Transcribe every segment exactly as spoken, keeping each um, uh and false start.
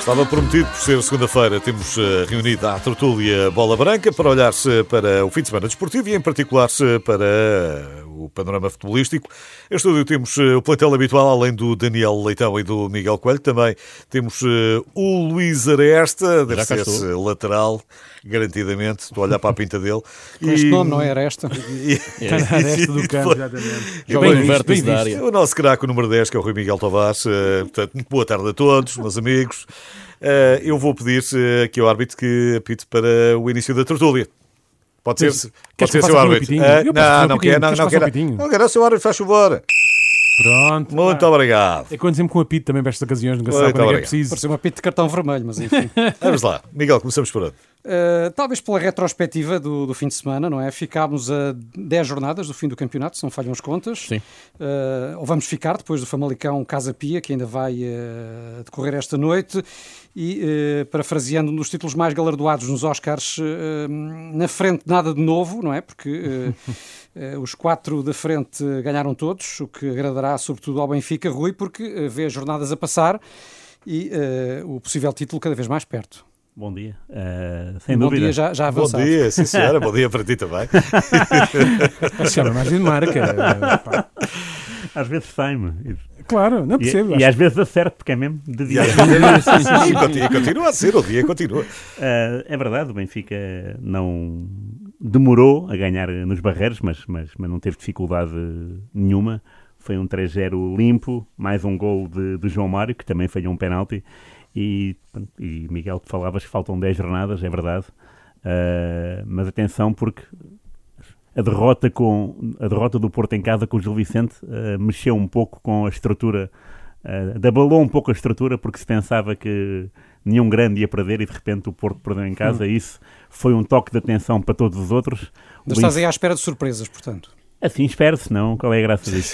Estava prometido por ser segunda-feira. Temos uh, reunido a tertúlia Bola Branca para olhar-se para o fim de semana desportivo e, em particular, para uh, o panorama futebolístico. Em estúdio temos uh, o plantel habitual, além do Daniel Leitão e do Miguel Coelho. Também temos uh, o Luís Aresta, deve ser esse lateral, garantidamente. Estou a olhar para a pinta dele. Com este nome, não é Aresta? Está na Aresta do campo, exatamente. Joga no vértice da área. O nosso craque, o número dez, que é o Rui Miguel Tavares. Uh, portanto, muito boa tarde a todos, meus amigos. Uh, eu vou pedir uh, aqui ao árbitro que apite para o início da tertúlia. Pode ser, Sim. pode ser seu árbitro. Uh, não, não quer, não, não quer. Não quer, seu árbitro, faz favor. Pronto. Muito ah. obrigado. É quando sempre com apito também para estas ocasiões, nunca se sabe quando é, é preciso. Pareceu um apito de cartão vermelho, mas enfim. Vamos lá. Miguel, começamos por onde? Uh, talvez pela retrospectiva do, do fim de semana, não é? Ficámos a dez jornadas do fim do campeonato, se não falham as contas. Sim. Uh, ou vamos ficar depois do Famalicão Casa Pia, que ainda vai uh, decorrer esta noite. E, uh, parafraseando um dos títulos mais galardoados nos Oscars, uh, na frente nada de novo, não é? Porque uh, uh, os quatro da frente ganharam todos, o que agradará sobretudo ao Benfica, Rui, porque uh, vê as jornadas a passar e uh, o possível título cada vez mais perto. Bom dia, uh, sem Bom dúvida. Dia já, já avançado. Bom dia, sim senhora, bom dia para ti também. Chama mais de marca. Às vezes sai-me. Claro, não percebo. E, e às vezes acerto, porque é mesmo de dia. E, e continua a ser, o dia continua. Uh, é verdade, o Benfica não demorou a ganhar nos Barreiros, mas, mas, mas não teve dificuldade nenhuma. Foi um três zero limpo, mais um gol de, de João Mário, que também falhou um penalti. E, e Miguel, tu falavas que faltam dez jornadas, é verdade. Uh, mas atenção, porque a derrota, com, a derrota do Porto em casa com o Gil Vicente uh, mexeu um pouco com a estrutura, uh, abalou um pouco a estrutura, porque se pensava que nenhum grande ia perder e de repente o Porto perdeu em casa. Hum. E isso foi um toque de atenção para todos os outros. Mas estás aí à espera de surpresas, portanto. Assim espero-se, não? Qual é a graça disso?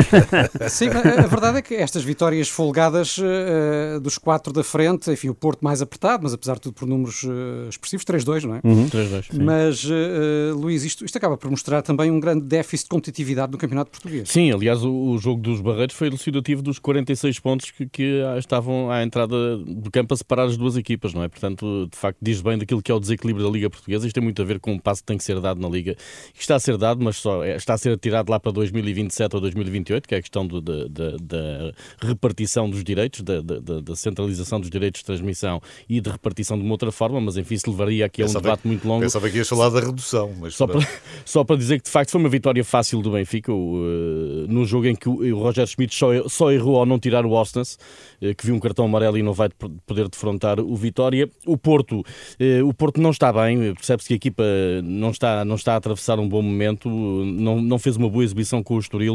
Sim, a verdade é que estas vitórias folgadas uh, dos quatro da frente, enfim, o Porto mais apertado, mas apesar de tudo por números uh, expressivos, três dois, não é? Uhum. três dois, sim. Mas, uh, Luís, isto, isto acaba por mostrar também um grande déficit de competitividade no campeonato português. Sim, aliás, o, o jogo dos Barreiros foi elucidativo dos quarenta e seis pontos que, que estavam à entrada do campo a separar as duas equipas, não é? Portanto, de facto, diz bem daquilo que é o desequilíbrio da Liga Portuguesa. Isto tem muito a ver com o passo que tem que ser dado na Liga, que está a ser dado, mas só é, está a ser tirado lá para dois mil e vinte e sete ou dois mil e vinte e oito, que é a questão do, da, da, da repartição dos direitos, da, da, da centralização dos direitos de transmissão e de repartição de uma outra forma, mas enfim, se levaria aqui a um debate que, muito longo. Pensava que ias falar da redução. Mas só, para, só para dizer que de facto foi uma vitória fácil do Benfica, uh, num jogo em que o, o Roger Schmidt só, só errou ao não tirar o Ostens, uh, que viu um cartão amarelo e não vai poder defrontar o Vitória. O Porto, uh, o Porto não está bem, percebe-se que a equipa não está, não está a atravessar um bom momento, não, não fez uma boa exibição com o Estoril.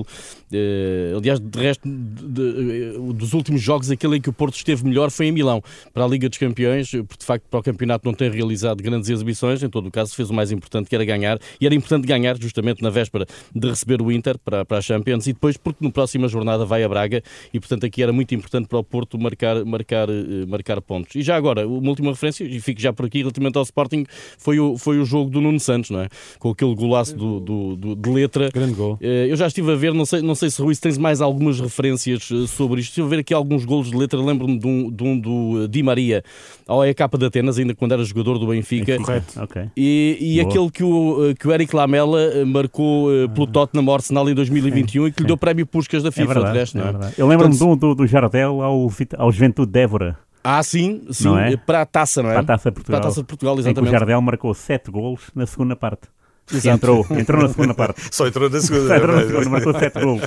Uh, aliás, de resto de, de, dos últimos jogos, aquele em que o Porto esteve melhor foi em Milão, para a Liga dos Campeões, porque de facto para o campeonato não tem realizado grandes exibições. Em todo o caso fez o mais importante, que era ganhar, e era importante ganhar justamente na véspera de receber o Inter para, para a Champions, e depois porque na próxima jornada vai a Braga, e portanto aqui era muito importante para o Porto marcar, marcar, marcar pontos. E já agora, uma última referência, e fico já por aqui, relativamente ao Sporting, foi o, foi o jogo do Nuno Santos, não é? Com aquele golaço do, do, do, de letra. Grande gol. Eu já estive a ver, não sei, não sei se, Rui, se tens mais algumas referências sobre isto. Estive a ver aqui alguns golos de letra. Lembro-me de um, de um do Di Maria ao E K de Atenas, ainda quando era jogador do Benfica. Correto, ok. E, e aquele que o, que o Eric Lamela marcou uh, pelo Tottenham Arsenal em dois mil e vinte e um, sim, e que lhe deu prémio Puskas da FIFA. É verdade, de resto, é não é? Verdade. Eu lembro-me Portanto, do, do, do Jardel ao, ao Juventude de Évora. Ah, sim, sim, é? para a Taça, não é? Para a Taça de Portugal. Para a Taça de Portugal, exatamente. Em que o Jardel marcou sete golos na segunda parte. Entrou, entrou na segunda parte. Só entrou na segunda. Só entrou na segunda, marcou sete golos.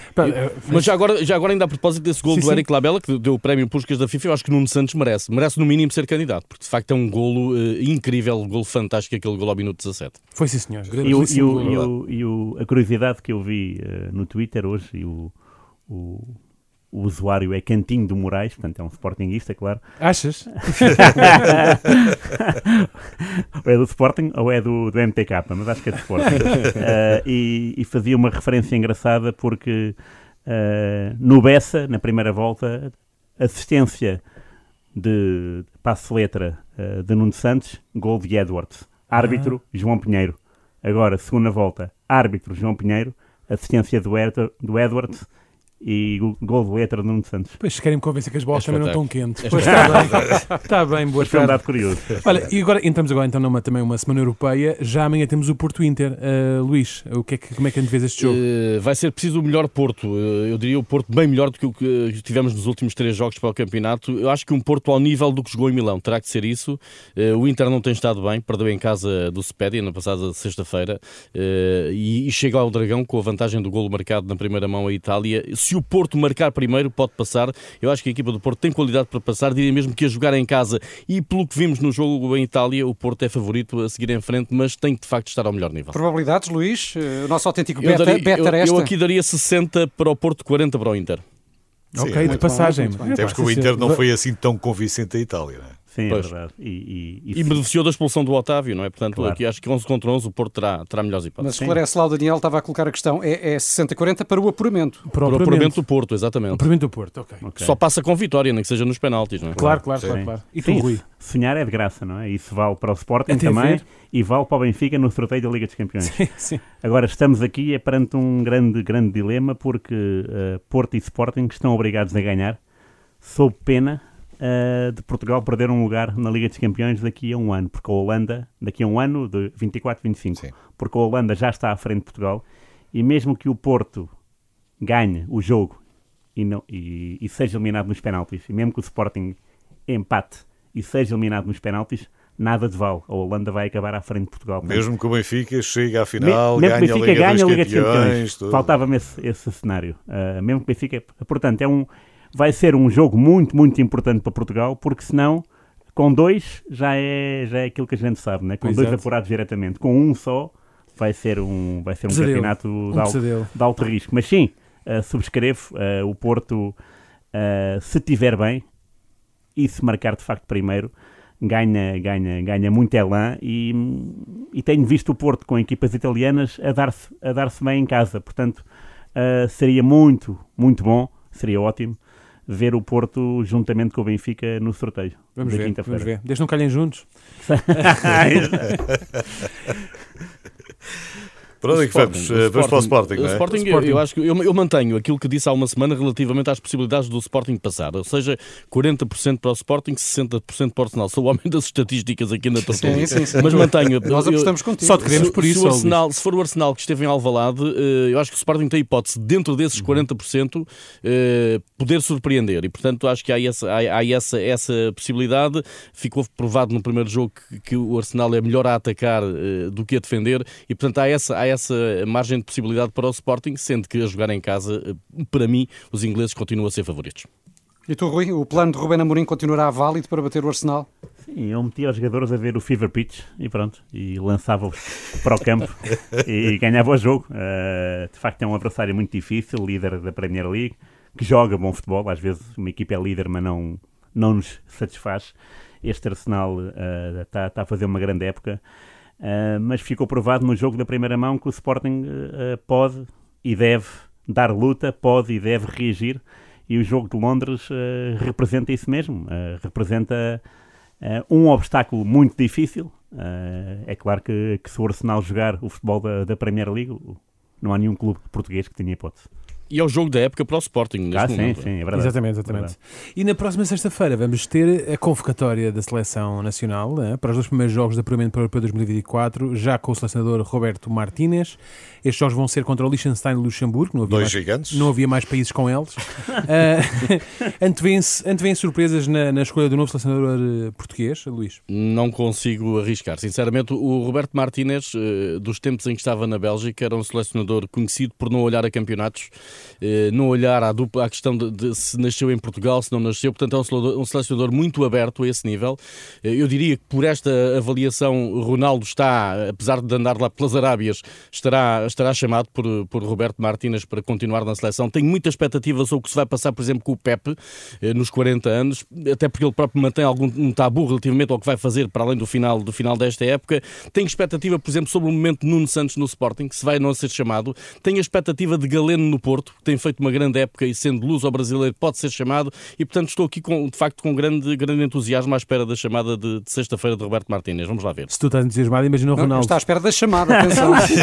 Mas já agora, já agora ainda a propósito desse golo sim, do sim. Eric Labella, que deu o prémio Puskas da FIFA, eu acho que Nuno Santos merece. Merece no mínimo ser candidato, porque de facto é um golo uh, incrível, um golo fantástico, aquele golo ao minuto dezassete. Foi sim, senhor. E, o, e, o, e, o, e o, a curiosidade que eu vi uh, no Twitter hoje, e o, o, o usuário é Cantinho do Moraes, portanto é um sportinguista, claro. Achas? Ou é do Sporting ou é do, do M T K, mas acho que é do Sporting. uh, e, e fazia uma referência engraçada porque uh, no Bessa, na primeira volta, assistência de passe-letra uh, de Nuno Santos, gol de Edwards. Árbitro, ah. João Pinheiro. Agora, segunda volta, árbitro, João Pinheiro, assistência do, Ed, do Edwards, e gol de letra de Nuno Santos. Pois, se querem me convencer que as bolas É também não estão espetáculo. quentes. É Pois está bem, está bem, boa Foi um tarde. dado curioso. Olha, e agora entramos agora então numa também uma semana europeia. Já amanhã temos o Porto Inter. Uh, Luís, o que é que, como é que a gente vê este jogo? Uh, vai ser preciso o melhor Porto. Uh, eu diria o Porto bem melhor do que o que tivemos nos últimos três jogos para o campeonato. Eu acho que um Porto ao nível do que jogou em Milão. Terá que ser isso. Uh, o Inter não tem estado bem. Perdeu em casa do Spezia na passada sexta-feira. Uh, e, e chega ao Dragão com a vantagem do golo marcado na primeira mão à Itália. Se o Porto marcar primeiro, pode passar. Eu acho que a equipa do Porto tem qualidade para passar. Diria mesmo que a jogar em casa. E pelo que vimos no jogo em Itália, o Porto é favorito a seguir em frente, mas tem que de facto estar ao melhor nível. Probabilidades, Luís? O nosso autêntico Eu, beta, daria, beta eu, esta? eu aqui daria sessenta para o Porto, quarenta para o Inter. Sim, ok, de muito passagem. bem, muito bem. Temos que o Inter não foi assim tão convincente a Itália, não é? Sim, Pois. é verdade. E, e, E beneficiou da expulsão do Otávio, não é? Portanto, Claro. aqui acho que onze contra onze o Porto terá, terá melhores Mas hipóteses. esclarece lá, o Daniel estava a colocar a questão. É, é sessenta a quarenta para o apuramento. Para o Para o apuramento apuramento do Porto, exatamente. O apuramento do Porto, ok. Ok. Só passa com vitória, nem que seja nos penaltis, não é? Claro, claro, Sim. claro, claro. E tu, Sim, Rui? sonhar é de graça, não é? Isso vale para o Sporting Até também ver. e vale para o Benfica no sorteio da Liga dos Campeões. Sim. Agora, estamos aqui é perante um grande, grande dilema porque uh, Porto e Sporting estão obrigados a ganhar sob pena uh, de Portugal perder um lugar na Liga dos Campeões daqui a um ano, porque a Holanda, daqui a um ano, de vinte e quatro, vinte e cinco, Sim. porque a Holanda já está à frente de Portugal e mesmo que o Porto ganhe o jogo e, não, e, e seja eliminado nos penaltis, e mesmo que o Sporting empate e seja eliminado nos penaltis, nada de vale. A Holanda vai acabar à frente de Portugal. Portanto, Mesmo que o Benfica chegue à final, Me- mesmo que ganhe o a Benfica Liga ganhe a dos Liga dos Campeões, Campeões, tudo. faltava-me esse, esse cenário. Uh, mesmo que o Benfica, portanto, é um, vai ser um jogo muito, muito importante para Portugal, porque senão, com dois, já é, já é aquilo que a gente sabe, né? Com dois Exato. apurados diretamente. Com um só, vai ser um, vai ser um Pesadelo. campeonato Um de, alto, pesadelo. de alto risco. Mas sim, uh, subscrevo, uh, o Porto, uh, se estiver bem, e se marcar de facto primeiro, ganha, ganha, ganha muito elan e, e tenho visto o Porto com equipas italianas a dar-se a dar-se bem em casa, portanto uh, seria muito, muito bom, seria ótimo ver o Porto juntamente com o Benfica no sorteio Vamos da ver, quinta-feira. vamos ver. Desde não calhem juntos. Para onde é que vamos? Eh, Vamos para o Sporting, não é? O Sporting, O Sporting. Eu, acho que eu, eu mantenho aquilo que disse há uma semana relativamente às possibilidades do Sporting passar. Ou seja, quarenta por cento para o Sporting, sessenta por cento para o Arsenal. Sou o homem das estatísticas aqui na tertulia. Sim, sim, sim. Mas mantenho. Nós eu- apostamos contigo. Só te queremos se, por se isso, o ó, Arsenal, se for o Arsenal que esteve em Alvalade, eh, eu acho que o Sporting tem hipótese, dentro desses quarenta por cento, eh, poder surpreender. E, portanto, acho que há, essa, há, há essa, essa possibilidade. Ficou provado no primeiro jogo que, que o Arsenal é melhor a atacar eh, do que a defender. E, portanto, há essa, há essa margem de possibilidade para o Sporting, sendo que a jogar em casa, eh, para mim, os ingleses continuam a ser favoritos. E tu, Rui, o plano de Rubén Amorim continuará válido para bater o Arsenal? Sim, eu metia os jogadores a ver o Fever Pitch e pronto, e lançava-os para o campo e ganhava o jogo. Uh, de facto é um adversário muito difícil, líder da Premier League, que joga bom futebol, às vezes uma equipa é líder mas não, não nos satisfaz. Este Arsenal está uh, tá a fazer uma grande época, uh, mas ficou provado no jogo da primeira mão que o Sporting uh, pode e deve dar luta, pode e deve reagir. E o jogo de Londres uh, representa isso mesmo, uh, representa uh, um obstáculo muito difícil. Uh, é claro que, que se o Arsenal jogar o futebol da, da Premier League, não há nenhum clube português que tenha hipótese. E é o jogo da época para o Sporting, neste Ah, sim, momento. sim, é verdade. Exatamente, exatamente. Verdade. E na próxima sexta-feira vamos ter a convocatória da Seleção Nacional, né, para os dois primeiros jogos de apuramento para o Europeu dois mil e vinte e quatro, já com o selecionador Roberto Martínez. Estes jogos vão ser contra o Liechtenstein e Luxemburgo. Não havia Dois mais, gigantes. Não havia mais países com eles. uh, antevêm-se antevêm surpresas na, na escolha do novo selecionador uh, português, Luís? Não consigo arriscar. Sinceramente, o Roberto Martínez, eh, dos tempos em que estava na Bélgica, era um selecionador conhecido por não olhar a campeonatos, eh, não olhar à, dupla, à questão de, de se nasceu em Portugal, se não nasceu. Portanto, é um selecionador, um selecionador muito aberto a esse nível. Eh, eu diria que por esta avaliação, Ronaldo está, apesar de andar lá pelas Arábias, estará, estará chamado por, por Roberto Martínez para continuar na seleção. Tenho muita expectativa sobre o que se vai passar, por exemplo, com o Pepe, eh, nos quarenta anos, até porque ele próprio mantém algum um tabu relativamente ao que vai fazer para além do final, do final desta época. Tenho expectativa, por exemplo, sobre o momento de Nuno Santos no Sporting, que se vai não ser chamado. Tenho a expectativa de Galeno no Porto, Porto, que tem feito uma grande época e sendo luso-brasileiro pode ser chamado, e portanto estou aqui com, de facto com grande, grande entusiasmo à espera da chamada de, de sexta-feira de Roberto Martínez. Vamos lá ver. Se tu estás entusiasmado, imagina o Não, Ronaldo. está à espera da chamada, atenção. Sim,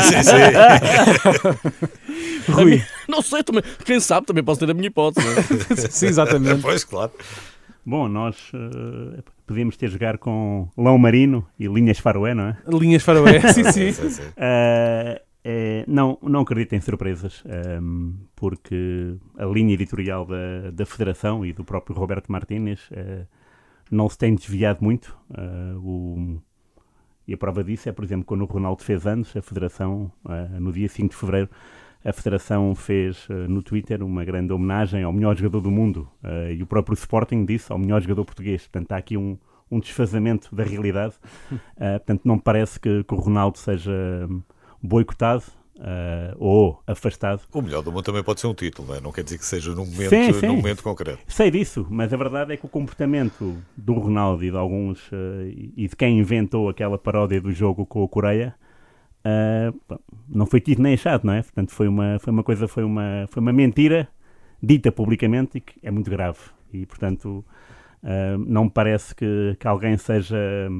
sim. Rui. Não sei, também, quem sabe também posso ter a minha hipótese. Não é? Sim, exatamente. Pois, claro. Bom, nós uh, podíamos ter jogar com Lão Marino e linhas Faroé, não é? Linhas faroé, sim, sim. Sim, sim. Uh, é, não, não acredito em surpresas, um, porque a linha editorial da, da Federação e do próprio Roberto Martínez uh, não se tem desviado muito. Uh, o, e a prova disso é, por exemplo, quando o Ronaldo fez anos, a Federação, uh, no dia cinco de fevereiro, a Federação fez uh, no Twitter uma grande homenagem ao melhor jogador do mundo, uh, e o próprio Sporting disse ao melhor jogador português. Portanto, há aqui um, um desfazamento da realidade. Uh, portanto, não me parece que, que o Ronaldo seja um, boicotado uh, ou afastado. O melhor do mundo também pode ser um título, não é? Não quer dizer que seja num momento, Sim, sim. num momento concreto. Sei disso, mas a verdade é que o comportamento do Ronaldo e de alguns uh, e de quem inventou aquela paródia do jogo com a Coreia uh, não foi tido nem achado, não é? Portanto, foi uma, foi uma coisa, foi uma, foi uma mentira dita publicamente e que é muito grave. E, portanto, uh, não me parece que, que alguém seja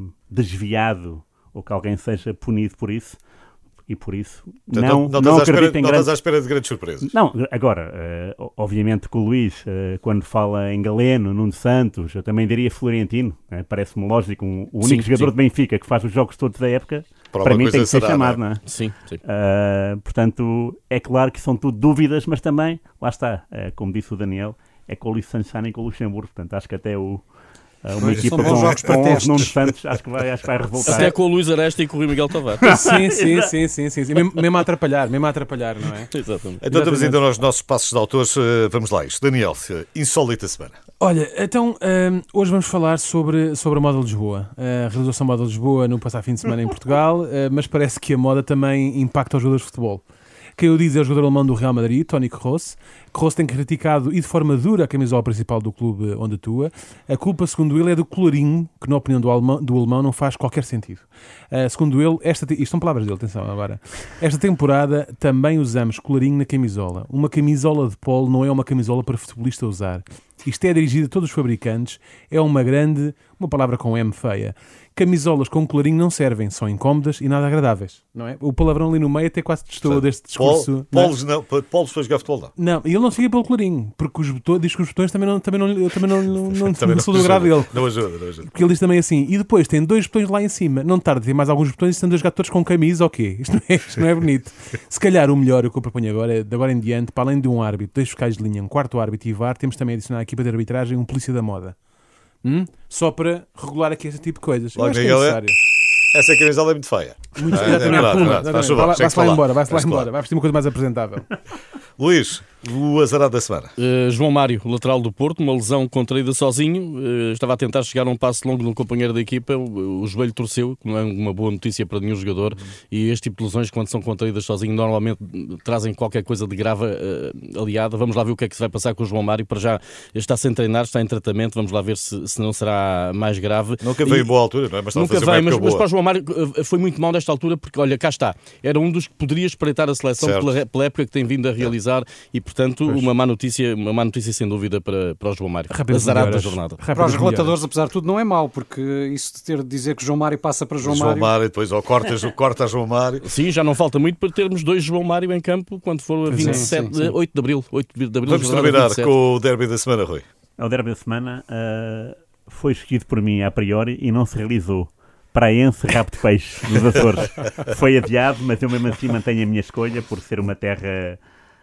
desviado ou que alguém seja punido por isso. E por isso, Portanto, não, não, não, não, acredito espera, em não grandes... estás à espera de grandes surpresas. Não, agora, uh, obviamente que o Luís, uh, quando fala em Galeno, Nuno Santos, eu também diria Florentino, uh, parece-me lógico, um, o único Sim, jogador sim. de Benfica que faz os jogos todos da época, Para para uma mim coisa tem que ser será, chamado, não é? não é? Sim, sim. Uh, portanto, é claro que são tudo dúvidas, mas também, lá está, uh, como disse o Daniel, é com o Luís Sanchani e com o Luxemburgo, portanto acho que até o... Uh, uma Pois, equipa são bons com, jogos para com onze testes. Nuno Santos, acho que vai, acho que vai revoltar. Até com o Luís Aresta e com o Rui Miguel Tavares. Sim, sim, sim, sim, sim, sim. Mesmo, mesmo a atrapalhar, mesmo a atrapalhar, não é? Exatamente. Então estamos Exatamente. ainda aos nossos passos de autores. Uh, Vamos lá, isto. Daniel, insólita semana. Olha, então hum, hoje vamos falar sobre, sobre a moda de Lisboa. A realização da moda de Lisboa no passado fim de semana em Portugal, uh, mas parece que a moda também impacta os jogadores de futebol. Quem o diz é o jogador alemão do Real Madrid, Toni Kroos. Kroos tem criticado e de forma dura a camisola principal do clube onde atua. A culpa, segundo ele, é do colorinho, que na opinião do alemão, do alemão não faz qualquer sentido. Uh, segundo ele, esta te... isto são palavras dele, atenção agora. Esta temporada também usamos colorinho na camisola. Uma camisola de polo não é uma camisola para futebolista usar. Isto é dirigido a todos os fabricantes. É uma grande, uma palavra com M feia. Camisolas com colorinho não servem, são incómodas e nada agradáveis, não é? O palavrão ali no meio até quase testou deste discurso. Pol, polos, não, polos para jogar futebol, não. Não, e ele não se fica pelo colorinho, porque os botões, diz que os botões também não, também não, também não, não, não, Também não são do grado dele. Não ajuda, não ajuda. Porque ele diz também assim, e depois tem dois botões lá em cima, não tarda, tem mais alguns botões e estão dois gatores com camisa, ok, isto não é, isto não é bonito. Se calhar o melhor, o que eu proponho agora, é de agora em diante, para além de um árbitro, dois fiscais de linha, um quarto árbitro e V A R, temos também a adicionar à equipa de arbitragem um polícia da moda. Hum? Só para regular aqui este tipo de coisas. Eu Logo, acho que é Miguel, necessário. Essa camisola é muito feia. Muito É, é exatamente, verdade, puma, verdade. Faz exatamente. favor, Vai- chegue-se Vai-se lá lá. embora, vai-se lá Chegue-se lá. embora, vai vestir uma coisa mais apresentável. Luís, o azarado da semana. Uh, João Mário, lateral do Porto, uma lesão contraída sozinho, uh, estava a tentar chegar a um passo longo no companheiro da equipa, o, o joelho torceu, que não é uma boa notícia para nenhum jogador, e este tipo de lesões, quando são contraídas sozinho, normalmente trazem qualquer coisa de grave uh, aliada. Vamos lá ver o que é que se vai passar com o João Mário, para já está sem treinar, está em tratamento, vamos lá ver se, se não será mais grave. Nunca veio E- em boa altura, não é? Mas está a Nunca fazer uma vai, mas, época mas boa. para o João Mário uh, foi muito mal nesta altura, porque olha, cá está, era um dos que poderia espreitar a seleção Certo. pela, pela época que tem vindo a realizar e, portanto, uma má notícia, uma má notícia sem dúvida para, para o João Mário. Rápidas Azarado da melhoras. jornada. Rápidas Para os melhoras. relatadores, apesar de tudo, não é mau, porque isso de ter de dizer que João Mário passa para João, João Mário... Mário, depois ou cortas, ou corta João Mário. Sim, já não falta muito para termos dois João Mário em campo quando for a Pois é, vinte e sete, sim, sim. oito de Abril. oito de Abril Vamos jornada terminar vinte e sete. com o derby da semana, Rui. O derby da semana uh, foi escolhido por mim a priori e não se realizou. Praense, Rabo de Peixe, dos Açores. Foi adiado, mas eu mesmo assim mantenho a minha escolha por ser uma terra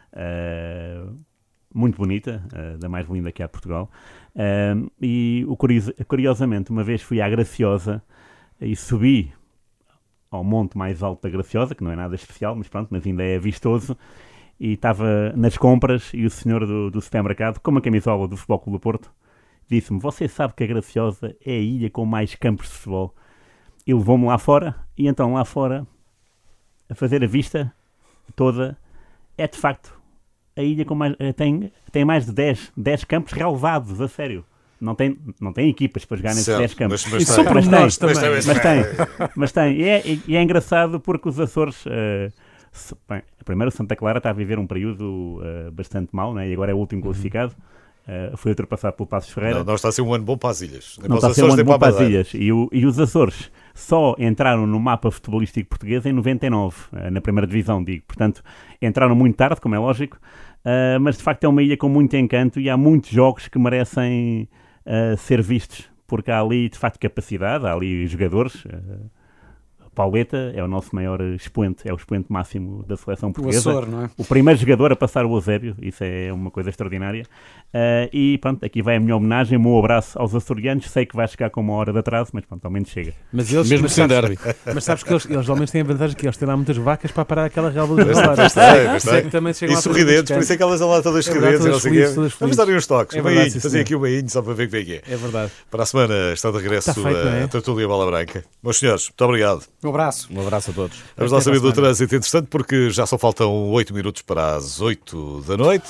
uh, muito bonita, uh, da mais linda que há de Portugal. Uh, e o curioso, curiosamente, uma vez fui à Graciosa e subi ao monte mais alto da Graciosa, que não é nada especial, mas pronto, mas ainda é vistoso. E estava nas compras e o senhor do, do supermercado, com uma camisola do Futebol Clube do Porto, disse-me: você sabe que a Graciosa é a ilha com mais campos de futebol? E levou-me lá fora, e então lá fora, a fazer a vista toda, é de facto a ilha com mais, tem, tem mais de dez, dez campos relevados, a sério. Não tem, não tem equipas para jogar nesses Certo, dez campos. mas- mas E tem. são pormenores Mas também. Mas tem, Mas tem, mas tem. E é, e é engraçado porque os Açores uh, Bem, primeiro, o Santa Clara está a viver um período uh, bastante mau, né? E agora é o último classificado. Uh, foi ultrapassado pelo Passos Ferreira. Não, não está a ser um ano bom para as ilhas. Não está a ser um ano bom para as ilhas. E, o, e os Açores só entraram no mapa futebolístico português em noventa e nove, uh, na primeira divisão, digo. Portanto, entraram muito tarde, como é lógico, uh, mas de facto é uma ilha com muito encanto e há muitos jogos que merecem uh, ser vistos, porque há ali, de facto, capacidade, há ali jogadores... Uh, Pauleta é o nosso maior expoente, é o expoente máximo da seleção portuguesa. O Açor, não é? O primeiro jogador a passar o Eusébio, isso é uma coisa extraordinária. Uh, e pronto, aqui vai a minha homenagem, o meu abraço aos açorianos. Sei que vai chegar com uma hora de atraso, mas pronto, ao menos chega. Mas eles, Mesmo mas sem sabes, derby. Mas sabes que eles, eles ao menos têm a vantagem que eles têm lá muitas vacas para parar aquela relva dos Pois gelados. tem, pois tem. que também chegam E lá sorridentes, por isso é que elas estão lá todas É verdade, sorridentes. e não todas sei felizes, quê. todas Vamos felizes. dar uns toques, É um verdade, bainho, sim, fazer senhor. aqui um bainho só para ver como é que é. É verdade. Para a semana está de regresso Está feito, não é? a Tertúlia Bola Branca. Meus senhores, muito obrigado. Um abraço. Um abraço a todos. Vamos lá Até para saber a do semana. trânsito interessante porque já só faltam oito minutos para as oito da noite.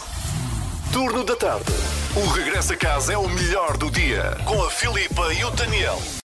Turno da tarde. O regresso a casa é o melhor do dia. Com a Filipa e o Daniel.